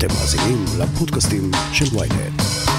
אתם מאזינים לפודקאסטים של ynet.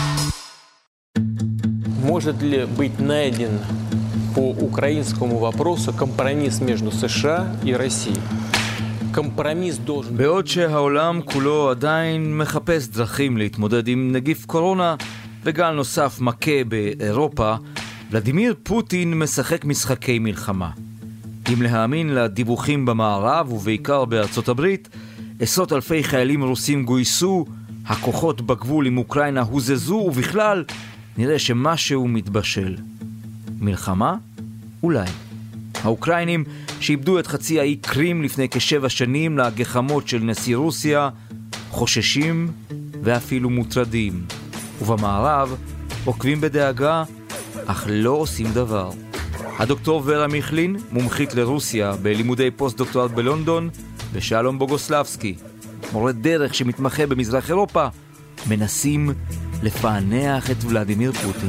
Может ли быть найден по украинскому вопросу компромисс между США и Россией? Компромисс должен... בעוד שהעולם כולו עדיין מחפש דרכים להתמודד עם נגיף קורונה וגל נוסף מכה באירופה, ולדימיר פוטין משחק משחקי מלחמה. אם להאמין לדיווחים במערב ובעיקר בארצות הברית, עשרות אלפי חיילים רוסים גויסו, הכוחות בגבול עם אוקראינה הוזזו, ובכלל נראה שמשהו מתבשל. מלחמה? אולי. האוקראינים שאיבדו את חצי האי קרים לפני כ7 שנים לגחמות של נשיא רוסיה, חוששים ואפילו מוטרדים. ובמערב עוקבים בדאגה, אך לא עושים דבר. הדוקטור ורה מיכלין, מומחית לרוסיה בלימודי פוסט-דוקטורט בלונדון, ושלום בוגוסלבסקי, מורה דרך שמתמחה במזרח אירופה, מנסים לפענח את ולדימיר פוטין.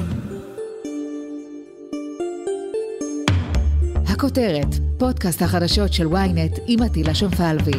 הכותרת, פודקאסט החדשות של ynet עם עטילה שומפלבי.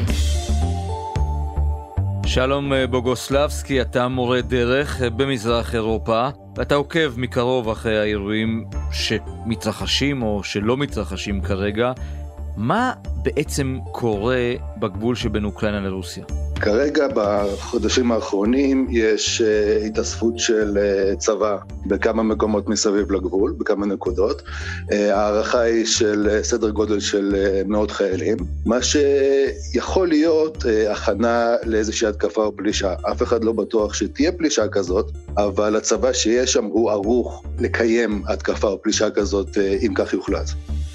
שלום בוגוסלבסקי, אתה מורה דרך במזרח אירופה, ואתה עוקב מקרוב אחרי האירועים שמתרחשים או שלא מתרחשים כרגע. מה בעצם קורה בגבול שבין אוקראינה לרוסיה? כרגע בחודשים האחרונים יש התאספות של צבא בכמה מקומות מסביב לגבול, בכמה נקודות. הערכה היא של סדר גודל של מאות חיילים, מה שיכול להיות הכנה לאיזושהי התקפה או פלישה. אף אחד לא בטוח שתהיה פלישה כזאת, אבל הצבא שיש שם הוא ערוך לקיים התקפה או פלישה כזאת אם כך יוחלט.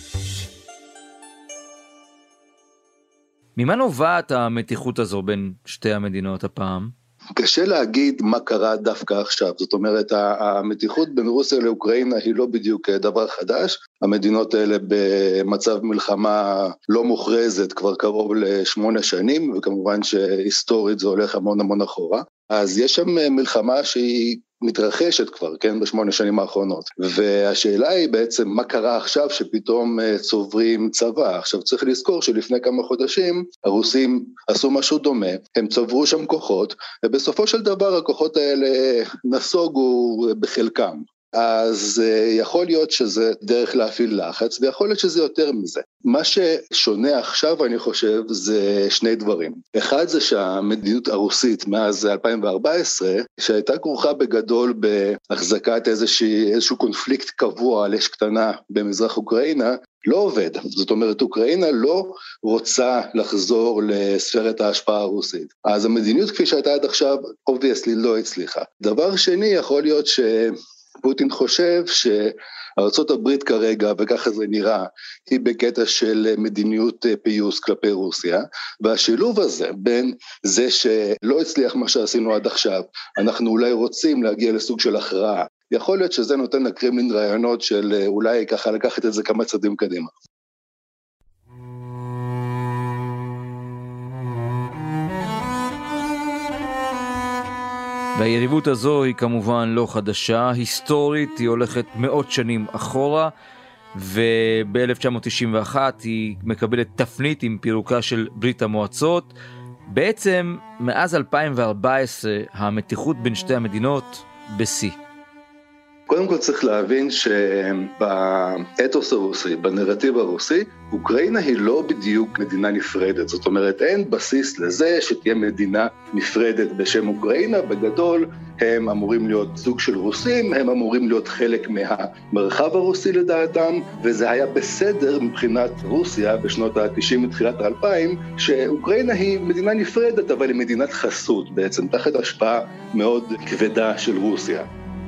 ממה נובעת המתיחות הזו בין שתי המדינות הפעם? קשה להגיד מה קרה דווקא עכשיו. זאת אומרת, המתיחות בין רוסיה לאוקראינה היא לא בדיוק דבר חדש. המדינות האלה במצב מלחמה לא מוכרזת כבר קרוב ל8 שנים, וכמובן שהיסטורית זה הולך המון אחורה. אז יש שם מלחמה שהיא מתרחשת כבר, כן, ב8 שנים האחרונות. והשאלה היא בעצם מה קרה עכשיו שפתאום צוברים צבא. עכשיו צריך לזכור שלפני כמה חודשים הרוסים עשו משהו דומה, הם צברו שם כוחות, ובסופו של דבר הכוחות האלה נסוגו בחלקם. אז יכול להיות שזה דרך להפעיל לחץ, ויכול להיות שזה יותר מזה. מה ששונה עכשיו, אני חושב, זה שני דברים. אחד זה שהמדיניות הרוסית מאז 2014, שהייתה כרוכה בגדול בהחזקת איזשהו קונפליקט קבוע על אש קטנה במזרח אוקראינה, לא עובד. זאת אומרת, אוקראינה לא רוצה לחזור לספרת ההשפעה הרוסית. אז המדיניות כפי שהייתה עד עכשיו, obviously לא הצליחה. דבר שני, יכול להיות פוטין חושב שארצות הברית כרגע, וככה זה נראה, היא בקטע של מדיניות פיוס כלפי רוסיה, והשילוב הזה בין זה שלא הצליח מה שעשינו עד עכשיו, אנחנו אולי רוצים להגיע לסוג של הכרעה, יכול להיות שזה נותן לקרמלין רעיונות של אולי ככה לקחת את זה כמה צעדים קדימה. והיריבות הזו היא כמובן לא חדשה, היסטורית, היא הולכת מאות שנים אחורה, וב-1991 היא מקבלת תפנית עם פירוקה של ברית המועצות. בעצם מאז 2014 המתיחות בין שתי המדינות בשיא. קודם כל צריך להבין שבאתוס הרוסי, בנרטיב הרוסי, אוקראינה היא לא בדיוק מדינה נפרדת. זאת אומרת, אין בסיס לזה שתהיה מדינה נפרדת בשם אוקראינה. בגדול הם אמורים להיות סוג של רוסים, הם אמורים להיות חלק מהמרחב הרוסי לדעתם, וזה היה בסדר מבחינת רוסיה בשנות ה-90 מתחילת ה-2000, שאוקראינה היא מדינה נפרדת, אבל היא מדינת חסות בעצם, תחת השפעה מאוד כבדה של רוסיה.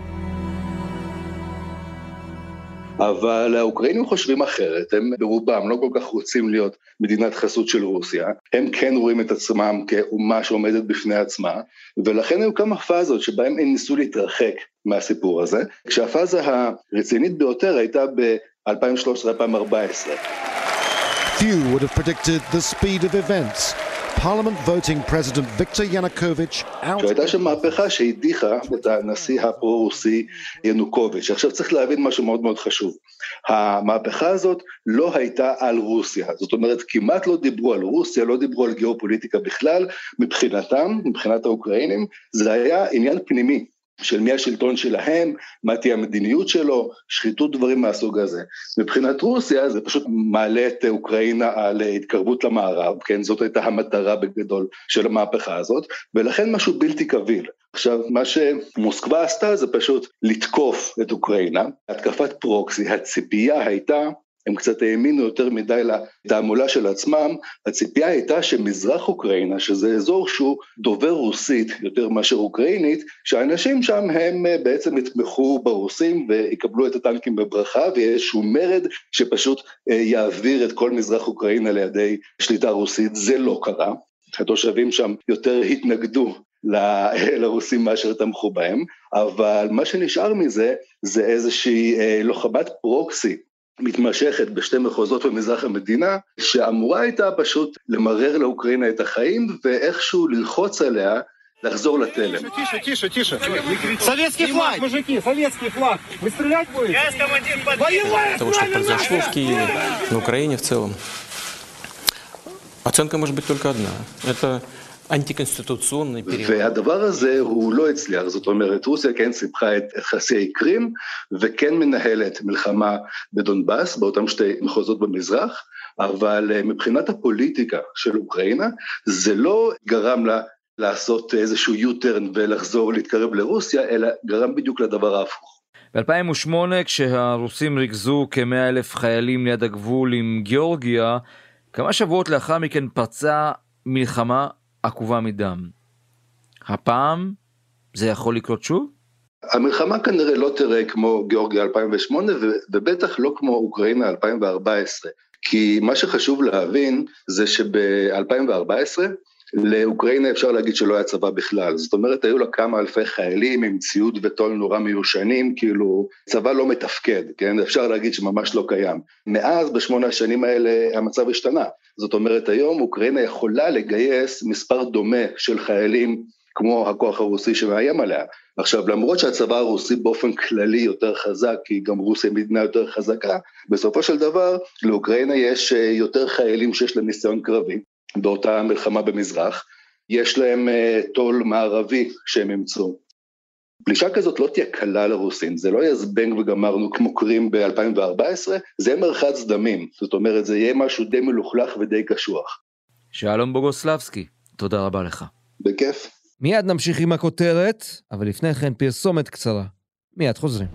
אבל האוקראינים חושבים אחרת, הם ברובם לא כל כך רוצים להיות מדינת חסות של רוסיה, הם כן רואים את עצמם כאומה שעומדת בפני עצמה, ולכן היו כמה פאזות שבהם הם ניסו להתרחק מהסיפור הזה, כשהפאזה הרצינית ביותר הייתה ב-2013-2014. Few would have predicted the speed of events. Parliament voting President Viktor Yanukovych out. שהייתה שם מהפכה שהדיחה את הנשיא הפרו-רוסי ינוקוביץ'. עכשיו צריך להבין משהו מאוד מאוד חשוב. המהפכה הזאת לא הייתה על רוסיה, זאת אומרת כמעט לא דיברו על רוסיה, לא דיברו על גיאופוליטיקה בכלל, מבחינתם, מבחינת האוקראינים, זה היה עניין פנימי, של מי השלטון שלהם, מה תהיה המדיניות שלו, שחיתות דברים מהסוג הזה. מבחינת רוסיה זה פשוט מעלה את אוקראינה על התקרבות למערב, כן, זאת הייתה המטרה בגדול של המהפכה הזאת, ולכן משהו בלתי קביל. עכשיו, מה שמוסקבה עשתה זה פשוט לתקוף את אוקראינה, התקפת פרוקסי, הציפייה הייתה, הם קצת האמינו יותר מדי לתעמולה של עצמם, הציפייה הייתה שמזרח אוקראינה, שזה אזור שהוא דובר רוסית יותר מאשר אוקראינית, שהאנשים שם הם בעצם יתמכו ברוסים ויקבלו את הטנקים בברכה, ויש איזשהו מרד שפשוט יעביר את כל מזרח אוקראינה לידי שליטה רוסית, זה לא קרה, התושבים שם יותר התנגדו לרוסים מאשר תמכו בהם, אבל מה שנשאר מזה זה איזושהי לוחמת פרוקסי, מתמשכת בשתי מחוזות במזרח המדינה, שאמורה הייתה פשוט למרר לאוקראינה את החיים, ואיכשהו ללחוץ עליה לחזור לתלם. תישה. Советский флаг, мужики, советский флаг. Вы стрелять будете? Воевать! Того, что произошло в Киеве, на Украине в целом, оценка может быть только одна. Это אנטי-קונסטיטוציוני פריון. והדבר הזה הוא לא הצליח, זאת אומרת, רוסיה כן סיפחה את חצי קרים, וכן מנהלת מלחמה בדונבאס, באותם שתי מחוזות במזרח, אבל מבחינת הפוליטיקה של אוקראינה, זה לא גרם לה לעשות איזשהו U-turn ולחזור להתקרב לרוסיה, אלא גרם בדיוק לדבר ההפוך. ב-2008, כשהרוסים ריכזו כ-100,000 חיילים ליד הגבול עם גיאורגיה, כמה שבועות לאחר מכן פרצה מלחמה עקובה מדם. הפעם זה יכול לקרות שוב? המלחמה כנראה לא תראה כמו גיאורגיה 2008 ובטח לא כמו אוקראינה 2014, כי מה שחשוב להבין זה שב-2014 לאוקראינה אפשר להגיד שלא היה צבא בכלל, זאת אומרת היו לה כמה אלפי חיילים עם ציוד וטול נורא מיושנים, כאילו צבא לא מתפקד, כן? אפשר להגיד שממש לא קיים. מאז ב8 השנים האלה המצב השתנה, זאת אומרת היום אוקראינה יכולה לגייס מספר דומה של חיילים כמו הכוח הרוסי שמאיים עליה. עכשיו למרות שהצבא הרוסי באופן כללי יותר חזק, כי גם רוסיה מדינה יותר חזקה, בסופו של דבר לאוקראינה יש יותר חיילים שיש להם ניסיון קרבי, באותה מלחמה במזרח, יש להם תול מערבי שהם ימצאו. פלישה כזאת לא תהיה קלה לרוסים, זה לא יהיה זבנג וגמרנו כמו קרים ב-2014, זה יהיה מרחץ דמים, זאת אומרת זה יהיה משהו די מלוכלך ודי קשוח. שלום בוגוסלבסקי, תודה רבה לך. בכיף. מיד נמשיך עם הכותרת, אבל לפני כן פרסומת קצרה. מיד חוזרים.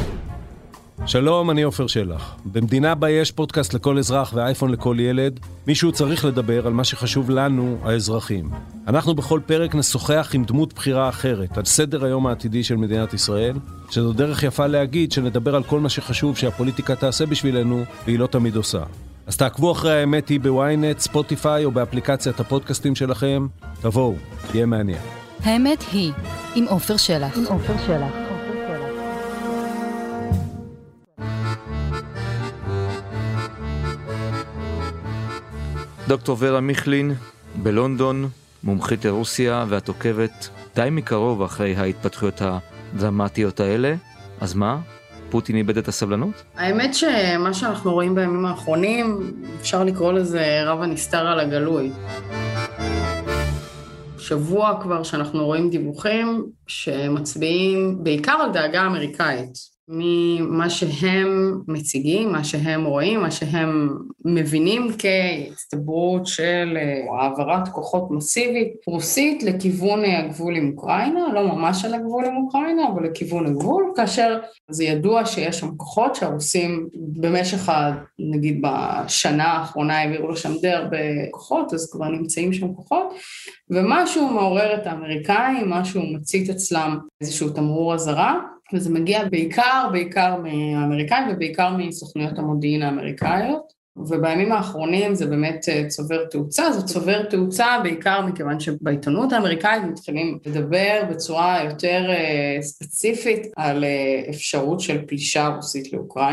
שלום, אני עופר שלח. במדינה בה יש פודקאסט לכל אזרח ואייפון לכל ילד, מישהו צריך לדבר על מה שחשוב לנו, האזרחים. אנחנו בכל פרק נשוחח עם דמות בחירה אחרת, על סדר היום העתידי של מדינת ישראל, שזו דרך יפה להגיד שנדבר על כל מה שחשוב שהפוליטיקה תעשה בשבילנו, והיא לא תמיד עושה. אז תעקבו אחרי האמת היא בוויינט, ספוטיפיי או באפליקציית הפודקאסטים שלכם. תבואו, תהיה מעניין. האמת היא, עם עופר שלח. דוקטור ורה מיכלין בלונדון, מומחית לרוסיה ואת עוקבת די מקרוב אחרי ההתפתחויות הדרמטיות האלה. אז מה? פוטין איבד את הסבלנות? האמת שמה שאנחנו רואים בימים האחרונים, אפשר לקרוא לזה רב הנסתר על הגלוי. שבוע כבר שאנחנו רואים דיווחים שמצביעים בעיקר על דאגה אמריקאית. ממה שהם מציגים, מה שהם רואים, מה שהם מבינים כהצטברות של העברת כוחות מסיבית רוסית לכיוון הגבול עם אוקראינה, לא ממש על הגבול עם אוקראינה, אבל לכיוון הגבול, כאשר זה ידוע שיש שם כוחות שהרוסים במשך, נגיד בשנה האחרונה העבירו לו שם די הרבה כוחות, אז כבר נמצאים שם כוחות, ומשהו מעורר את האמריקאים, משהו מצית אצלם איזשהו תמרור אזהרה, וזה מגיע בעיקר מהאמריקאים ובעיקר מסוכנויות המודיעין האמריקאיות, ובימים האחרונים זה באמת צובר תאוצה, זה צובר תאוצה בעיקר מכיוון שבעיתונות האמריקאית מתחילים לדבר בצורה יותר ספציפית על אפשרות של פלישה רוסית לאוקראינה,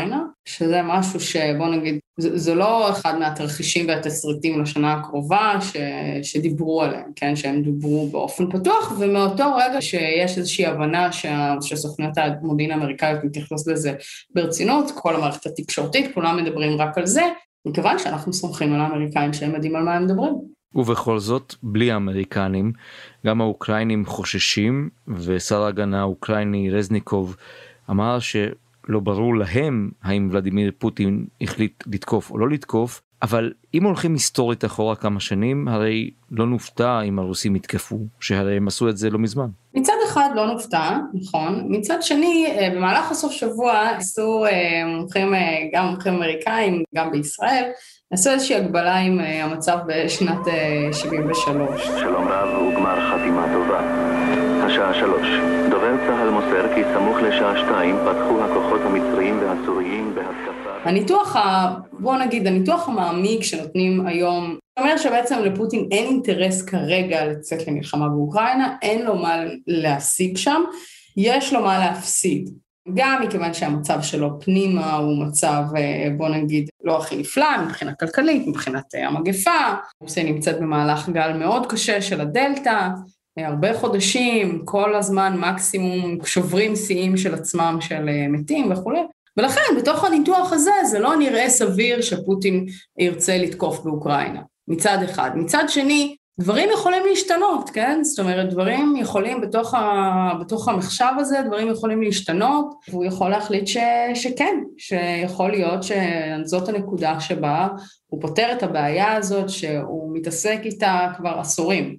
שזה משהו שבוא נגיד, זה לא אחד מהתרחישים והתסריטים לשנה הקרובה שדיברו עליהם, כן, שהם דיברו באופן פתוח, ומאותו רגע שיש איזושהי הבנה שסוכנויות המודיעין האמריקאיות מתייחסות לזה ברצינות, כל המערכת התקשורתית, כולם מדברים רק על זה, מכיוון שאנחנו סומכים על האמריקאים שהם יודעים על מה הם מדברים. ובכל זאת, בלי האמריקנים, גם האוקראינים חוששים, ושר ההגנה האוקראיני רזניקוב אמר שלא ברור להם האם ולדימיר פוטין החליט לתקוף או לא לתקוף, אבל אם הולכים היסטורית אחורה כמה שנים, הרי לא נופתע אם הרוסים יתקפו, שהרי הם עשו את זה לא מזמן. מצד אחד לא נופתע, נכון. מצד שני, במהלך הסוף שבוע עשו גם מומחים אמריקאים, גם בישראל, עשו איזושהי הגבלה עם המצב בשנת 73. שלום רב וגמר חתימה טובה. השעה 3. דובר צהל מוסר כי סמוך לשעה 2 פתחו הכוחות המצריים והסוריים בהתקפה. הניתוח המעמיק שנותנים היום, אומר שבעצם לפוטין אין אינטרס כרגע לצאת למלחמה באוקראינה, אין לו מה להשיג שם, יש לו מה להפסיד. גם מכיוון שהמצב שלו פנימה הוא מצב, לא הכי נפלא, מבחינה כלכלית, מבחינת המגפה, רוסיה נמצאת במהלך גל מאוד קשה של הדלטה, הרבה חודשים, כל הזמן מקסימום שוברים שיאים של עצמם של מתים וכו'. ולכן בתוך הניתוח הזה זה לא נראה סביר שפוטין ירצה לתקוף באוקראינה, מצד אחד. מצד שני, דברים יכולים להשתנות, כן? זאת אומרת, דברים יכולים בתוך המחשב הזה, דברים יכולים להשתנות, והוא יכול להחליט שכן, שיכול להיות שזאת הנקודה שבה הוא פותר את הבעיה הזאת, שהוא מתעסק איתה כבר עשורים.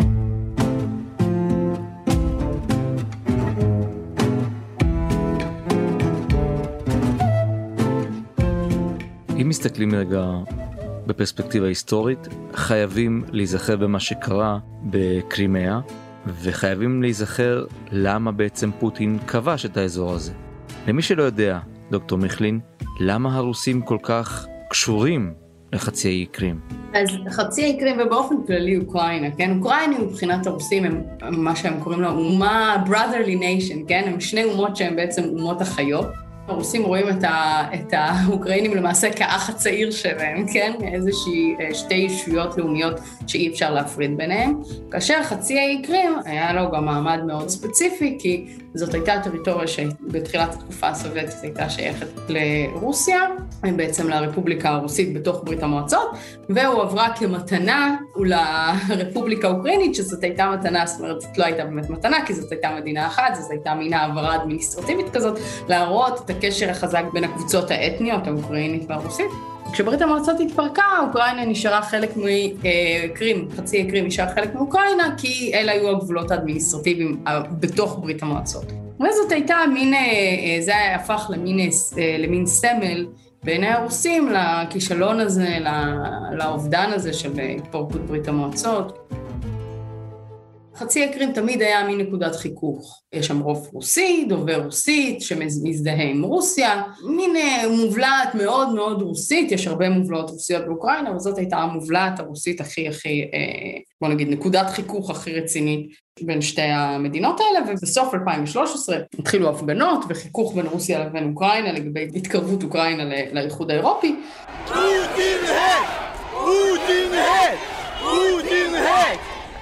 אם מסתכלים רגע בפרספקטיבה היסטורית, חייבים להיזכר במה שקרה בקרימאה, וחייבים להיזכר למה בעצם פוטין כבש את האזור הזה. למי שלא יודע, דוקטור מיכלין, למה הרוסים כל כך קשורים לחצי האי קרים? אז חצי האי קרים ובאופן כללי אוקראינה, כן? אוקראינים מבחינת הרוסים הם מה שהם קוראים לה אומה brotherly nation, כן? הם שני אומות שהם בעצם אומות החיות. הרוסים רואים את האוקראינים למעשה כאח הצעיר שלהם, כן? איזושהי שתי ישויות לאומיות שאי אפשר להפריד ביניהם. כאשר חצי האי קרים היה לו גם מעמד מאוד ספציפי, כי זאת הייתה טריטוריה שבתחילת התקופה הסובייטית הייתה שייכת לרוסיה, בעצם לרפובליקה הרוסית בתוך ברית המועצות, והוא עברה כמתנה לרפובליקה האוקראינית, שזאת הייתה מתנה, זאת אומרת, זאת לא הייתה באמת מתנה, כי זאת הייתה מדינה אחת, זאת הייתה מין העברה אדמיניסטרטיבית כזאת, להראות את הקשר החזק בין הקבוצות האתניות, האוקראינית והרוסית. כשברית המועצות התפרקה, אוקראינה נשארה חלק מקרים, חצי הקרים נשאר חלק מאוקראינה, כי אלה היו הגבולות האדמיניסטרטיביים בתוך ברית המועצות. וזאת הייתה זה הפך למין סמל בעיני הרוסים, לכישלון הזה, לאובדן הזה של התפרקות ברית המועצות. חצי הקרים תמיד היה מין נקודת חיכוך. יש שם רוב רוסי, דובר רוסית, שמזדהה עם רוסיה, מין מובלעת מאוד מאוד רוסית, יש הרבה מובלעות רוסיות באוקראינה, וזאת הייתה המובלעת הרוסית הכי, בוא נגיד, נקודת חיכוך הכי רצינית בין שתי המדינות האלה, ובסוף 2013 התחילו הפגנות וחיכוך בין רוסיה לבין אוקראינה, לגבי התקרבות אוקראינה לאיחוד האירופי. פוטין הק! פוטין הק! פוטין הק!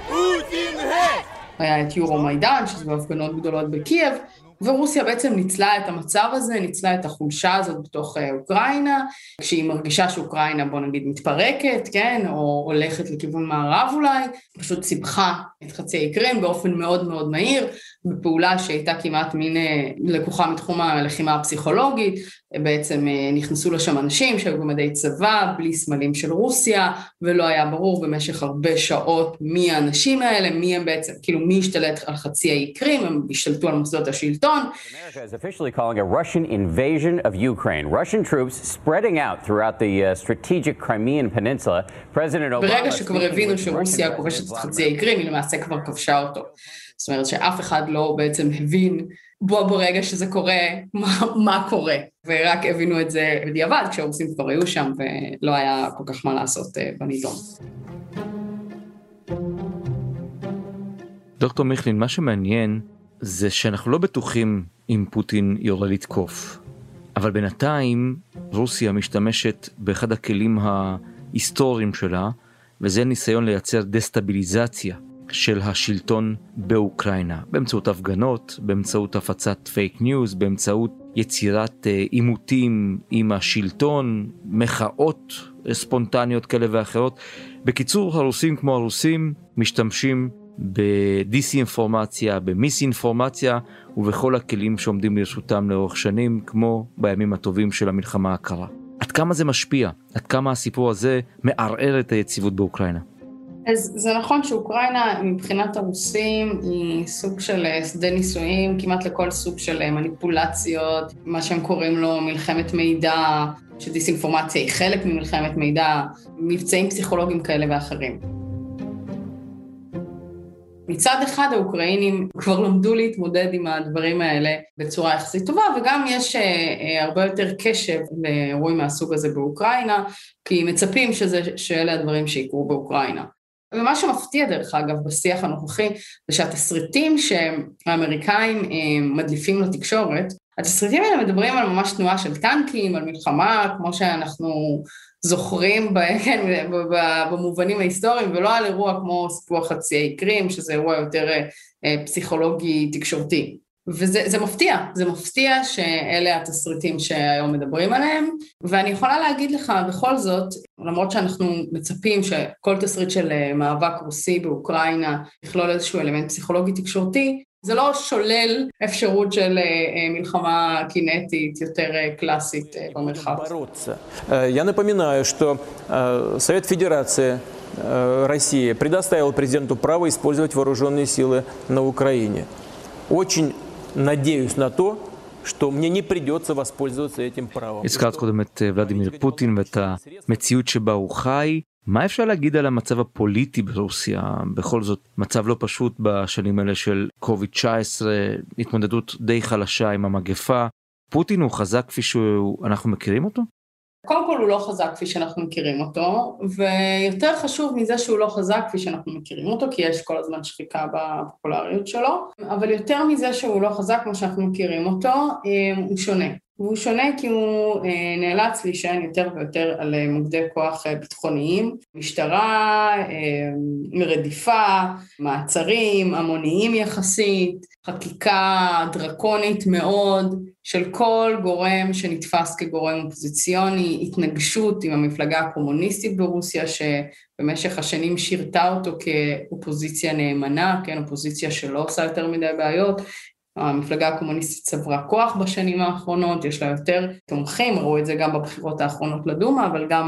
היה את יורו מיידן, שזה בהפגנות גדולות בקייב, ורוסיה בעצם ניצלה את המצב הזה, ניצלה את החולשה הזאת בתוך אוקראינה, כשהיא מרגישה שאוקראינה, בוא נגיד, מתפרקת, כן, או הולכת לכיוון מערב אולי, פשוט סיבכה את חצי האי קרים באופן מאוד מאוד מהיר, בפעולה שהייתה כמעט מין לקוחה מתחום הלחימה הפסיכולוגית, בעצם נכנסו לשם אנשים שהיו במדי צבא, בלי סמלים של רוסיה, ולא היה ברור במשך הרבה שעות מי האנשים האלה, מי הם בעצם, כאילו מי השתלט על חצי האי קרים, הם השתלטו על מוסדות השלטון. America is officially calling a Russian invasion of Ukraine. Russian troops spreading out throughout the strategic Crimean Peninsula. President Obama... ברגע שכבר הבינו שרוסיה כובשת את חצי האי קרים, היא למעשה כבר כבשה אותו. זאת אומרת שאף אחד לא בעצם הבין ברגע שזה קורה, מה קורה. ורק הבינו את זה בדיעבד, כשהרוסים כבר היו שם ולא היה כל כך מה לעשות בנידון. דוקטור מיכלין, מה שמעניין זה שאנחנו לא בטוחים אם פוטין יורה לתקוף. אבל בינתיים רוסיה משתמשת באחד הכלים ההיסטוריים שלה, וזה ניסיון לייצר דסטביליזציה של השלטון באוקראינה, באמצעות הפגנות, באמצעות הפצת פייק ניוז, באמצעות יצירת עימותים עם השלטון, מחאות ספונטניות כאלה ואחרות. בקיצור, הרוסים כמו הרוסים משתמשים בדיסאינפורמציה, במיסאינפורמציה ובכל הכלים שעומדים לרשותם לאורך שנים, כמו בימים הטובים של המלחמה הקרה. עד כמה זה משפיע? עד כמה הסיפור הזה מערער את היציבות באוקראינה? אז זה נכון שאוקראינה מבחינת הרוסים היא סוג של שדה ניסויים, כמעט לכל סוג של מניפולציות, מה שהם קוראים לו מלחמת מידע, שדיסאינפורמציה היא חלק ממלחמת מידע, מבצעים פסיכולוגיים כאלה ואחרים. מצד אחד האוקראינים כבר למדו להתמודד עם הדברים האלה בצורה יחסית טובה, וגם יש הרבה יותר קשב לאירועים מהסוג הזה באוקראינה, כי מצפים שאלה הדברים שיקרו באוקראינה. ומה שמפתיע דרך אגב בשיח הנוכחי, זה שהתסריטים שהאמריקאים מדליפים לתקשורת, התסריטים האלה מדברים על ממש תנועה של טנקים, על מלחמה, כמו שאנחנו זוכרים במובנים ההיסטוריים, ולא על אירוע כמו סיפוח חצי האי קרים, שזה אירוע יותר פסיכולוגי תקשורתי. וזה מפתיע, זה מפתיע שאלה התסריטים שהיום מדברים עליהם, ואני יכולה להגיד לך בכל זאת, למרות שאנחנו מצפים שכל תסריט של מאבק רוסי באוקראינה יכלול איזשהו אלמנט פסיכולוגי תקשורתי, זה לא שולל אפשרות של מלחמה קינטית יותר קלאסית במרחב. Я напоминаю, что Совет Федерации России предоставил президенту право использовать вооруженные силы на Украине. Очень надеюсь на то, что мне не придется воспользоваться этим правом. הזכרת קודם את ולדימיר פוטין ואת המציאות שבה הוא חי. מה אפשר להגיד על המצב הפוליטי ברוסיה? בכל זאת, מצב לא פשוט בשנים האלה של קוביד-19, התמודדות די חלשה עם המגפה. פוטין הוא חזק כפי שאנחנו מכירים אותו? קודם כל הוא לא חזק כפי שאנחנו מכירים אותו, ויותר חשוב מזה שהוא לא חזק כפי שאנחנו מכירים אותו, כי יש כל הזמן שחיקה בפופולריות שלו, אבל יותר מזה שהוא לא חזק כמו שאנחנו מכירים אותו, הוא שונה. והוא שונה כי הוא נאלץ להישען יותר ויותר על מוקדי כוח ביטחוניים, משטרה, רדיפה, מעצרים, המוניים יחסית, חקיקה דרקונית מאוד של כל גורם שנתפס כגורם אופוזיציוני, התנגשות עם המפלגה הקומוניסטית ברוסיה שבמשך השנים שירתה אותו כאופוזיציה נאמנה, כן, אופוזיציה שלא עושה יותר מדי בעיות, המפלגה הקומוניסטית צברה כוח בשנים האחרונות, יש לה יותר תומכים, ראו את זה גם בבחירות האחרונות לדומה, אבל גם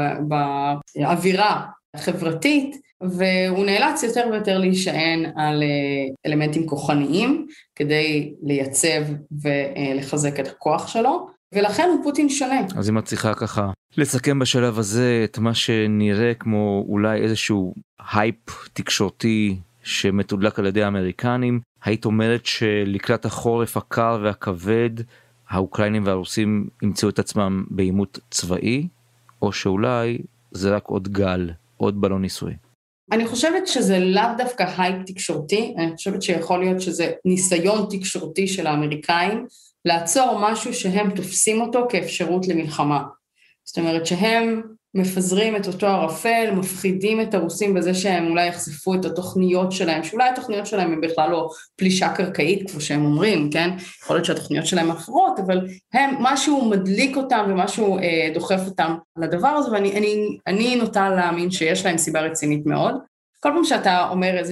באווירה חברתית, והוא נאלץ יותר ויותר להישען על אלמנטים כוחניים, כדי לייצב ולחזק את הכוח שלו, ולכן הוא פוטין שונה. אז אם את צריכה ככה לסכם בשלב הזה את מה שנראה כמו אולי איזשהו הייפ תקשורתי, שמתודלק על ידי האמריקנים, היית אומרת שלקראת החורף הקר והכבד, האוקראינים והרוסים ימצאו את עצמם בעימות צבאי, או שאולי זה רק עוד גל, עוד בלון ניסוי? אני חושבת שזה לאו דווקא הייפ תקשורתי, אני חושבת שיכול להיות שזה ניסיון תקשורתי של האמריקאים, לעצור משהו שהם תופסים אותו כאפשרות למלחמה. זאת אומרת שהם מפזרים את אותו ערפל, מפחידים את הרוסים בזה שהם אולי יחשפו את התוכניות שלהם, שאולי התוכניות שלהם הם בכלל לא פלישה קרקעית, כמו שהם אומרים, כן? יכול להיות שהתוכניות שלהם אחרות, אבל משהו מדליק אותם ומשהו דוחף אותם לדבר הזה, ואני נוטה להאמין שיש להם סיבה רצינית מאוד. כל פעם שאתה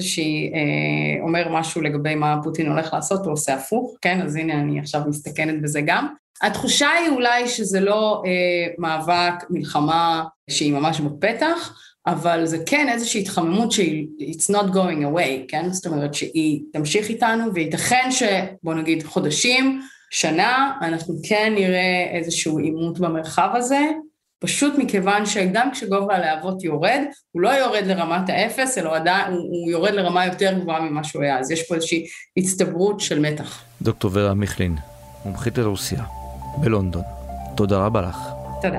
אומר משהו לגבי מה פוטין הולך לעשות, הוא עושה הפוך, כן? אז הנה אני עכשיו מסתכנת בזה גם. התחושה היא אולי שזה לא מאבק, מלחמה שהיא ממש בפתח, אבל זה כן איזושהי התחממות שהיא it's not going away, כן? זאת אומרת שהיא תמשיך איתנו, וייתכן שבוא נגיד חודשים, שנה, אנחנו כן נראה איזשהו עימות במרחב הזה, פשוט מכיוון שגם כשגובה הלהבות יורד, הוא לא יורד לרמת האפס, אלא הוא יורד לרמה יותר גבוהה ממה שהוא היה, אז יש פה איזושהי הצטברות של מתח. דוקטור ורה מיכלין, מומחית לרוסיה, בלונדון. תודה רבה לך. תודה.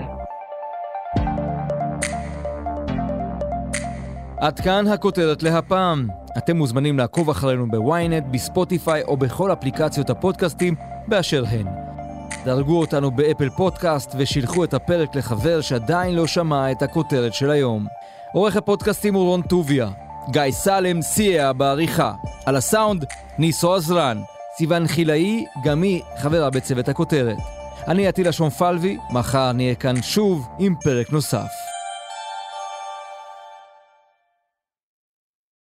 עד כאן הכותרת להפעם. אתם מוזמנים לעקוב אחרינו בוויינט, בספוטיפיי או בכל אפליקציות הפודקאסטים באשר הן. דרגו אותנו באפל פודקאסט ושילחו את הפרק לחבר שעדיין לא שמע את הכותרת של היום. עורך הפודקאסטים הוא רון טוביה. גיא סלם סייע בעריכה. על הסאונד ניסו עזרן. סיוון חילאי, גם היא חברה בצוות הכותרת. אני עטילה שומפלבי, מחר נהיה כאן שוב עם פרק נוסף.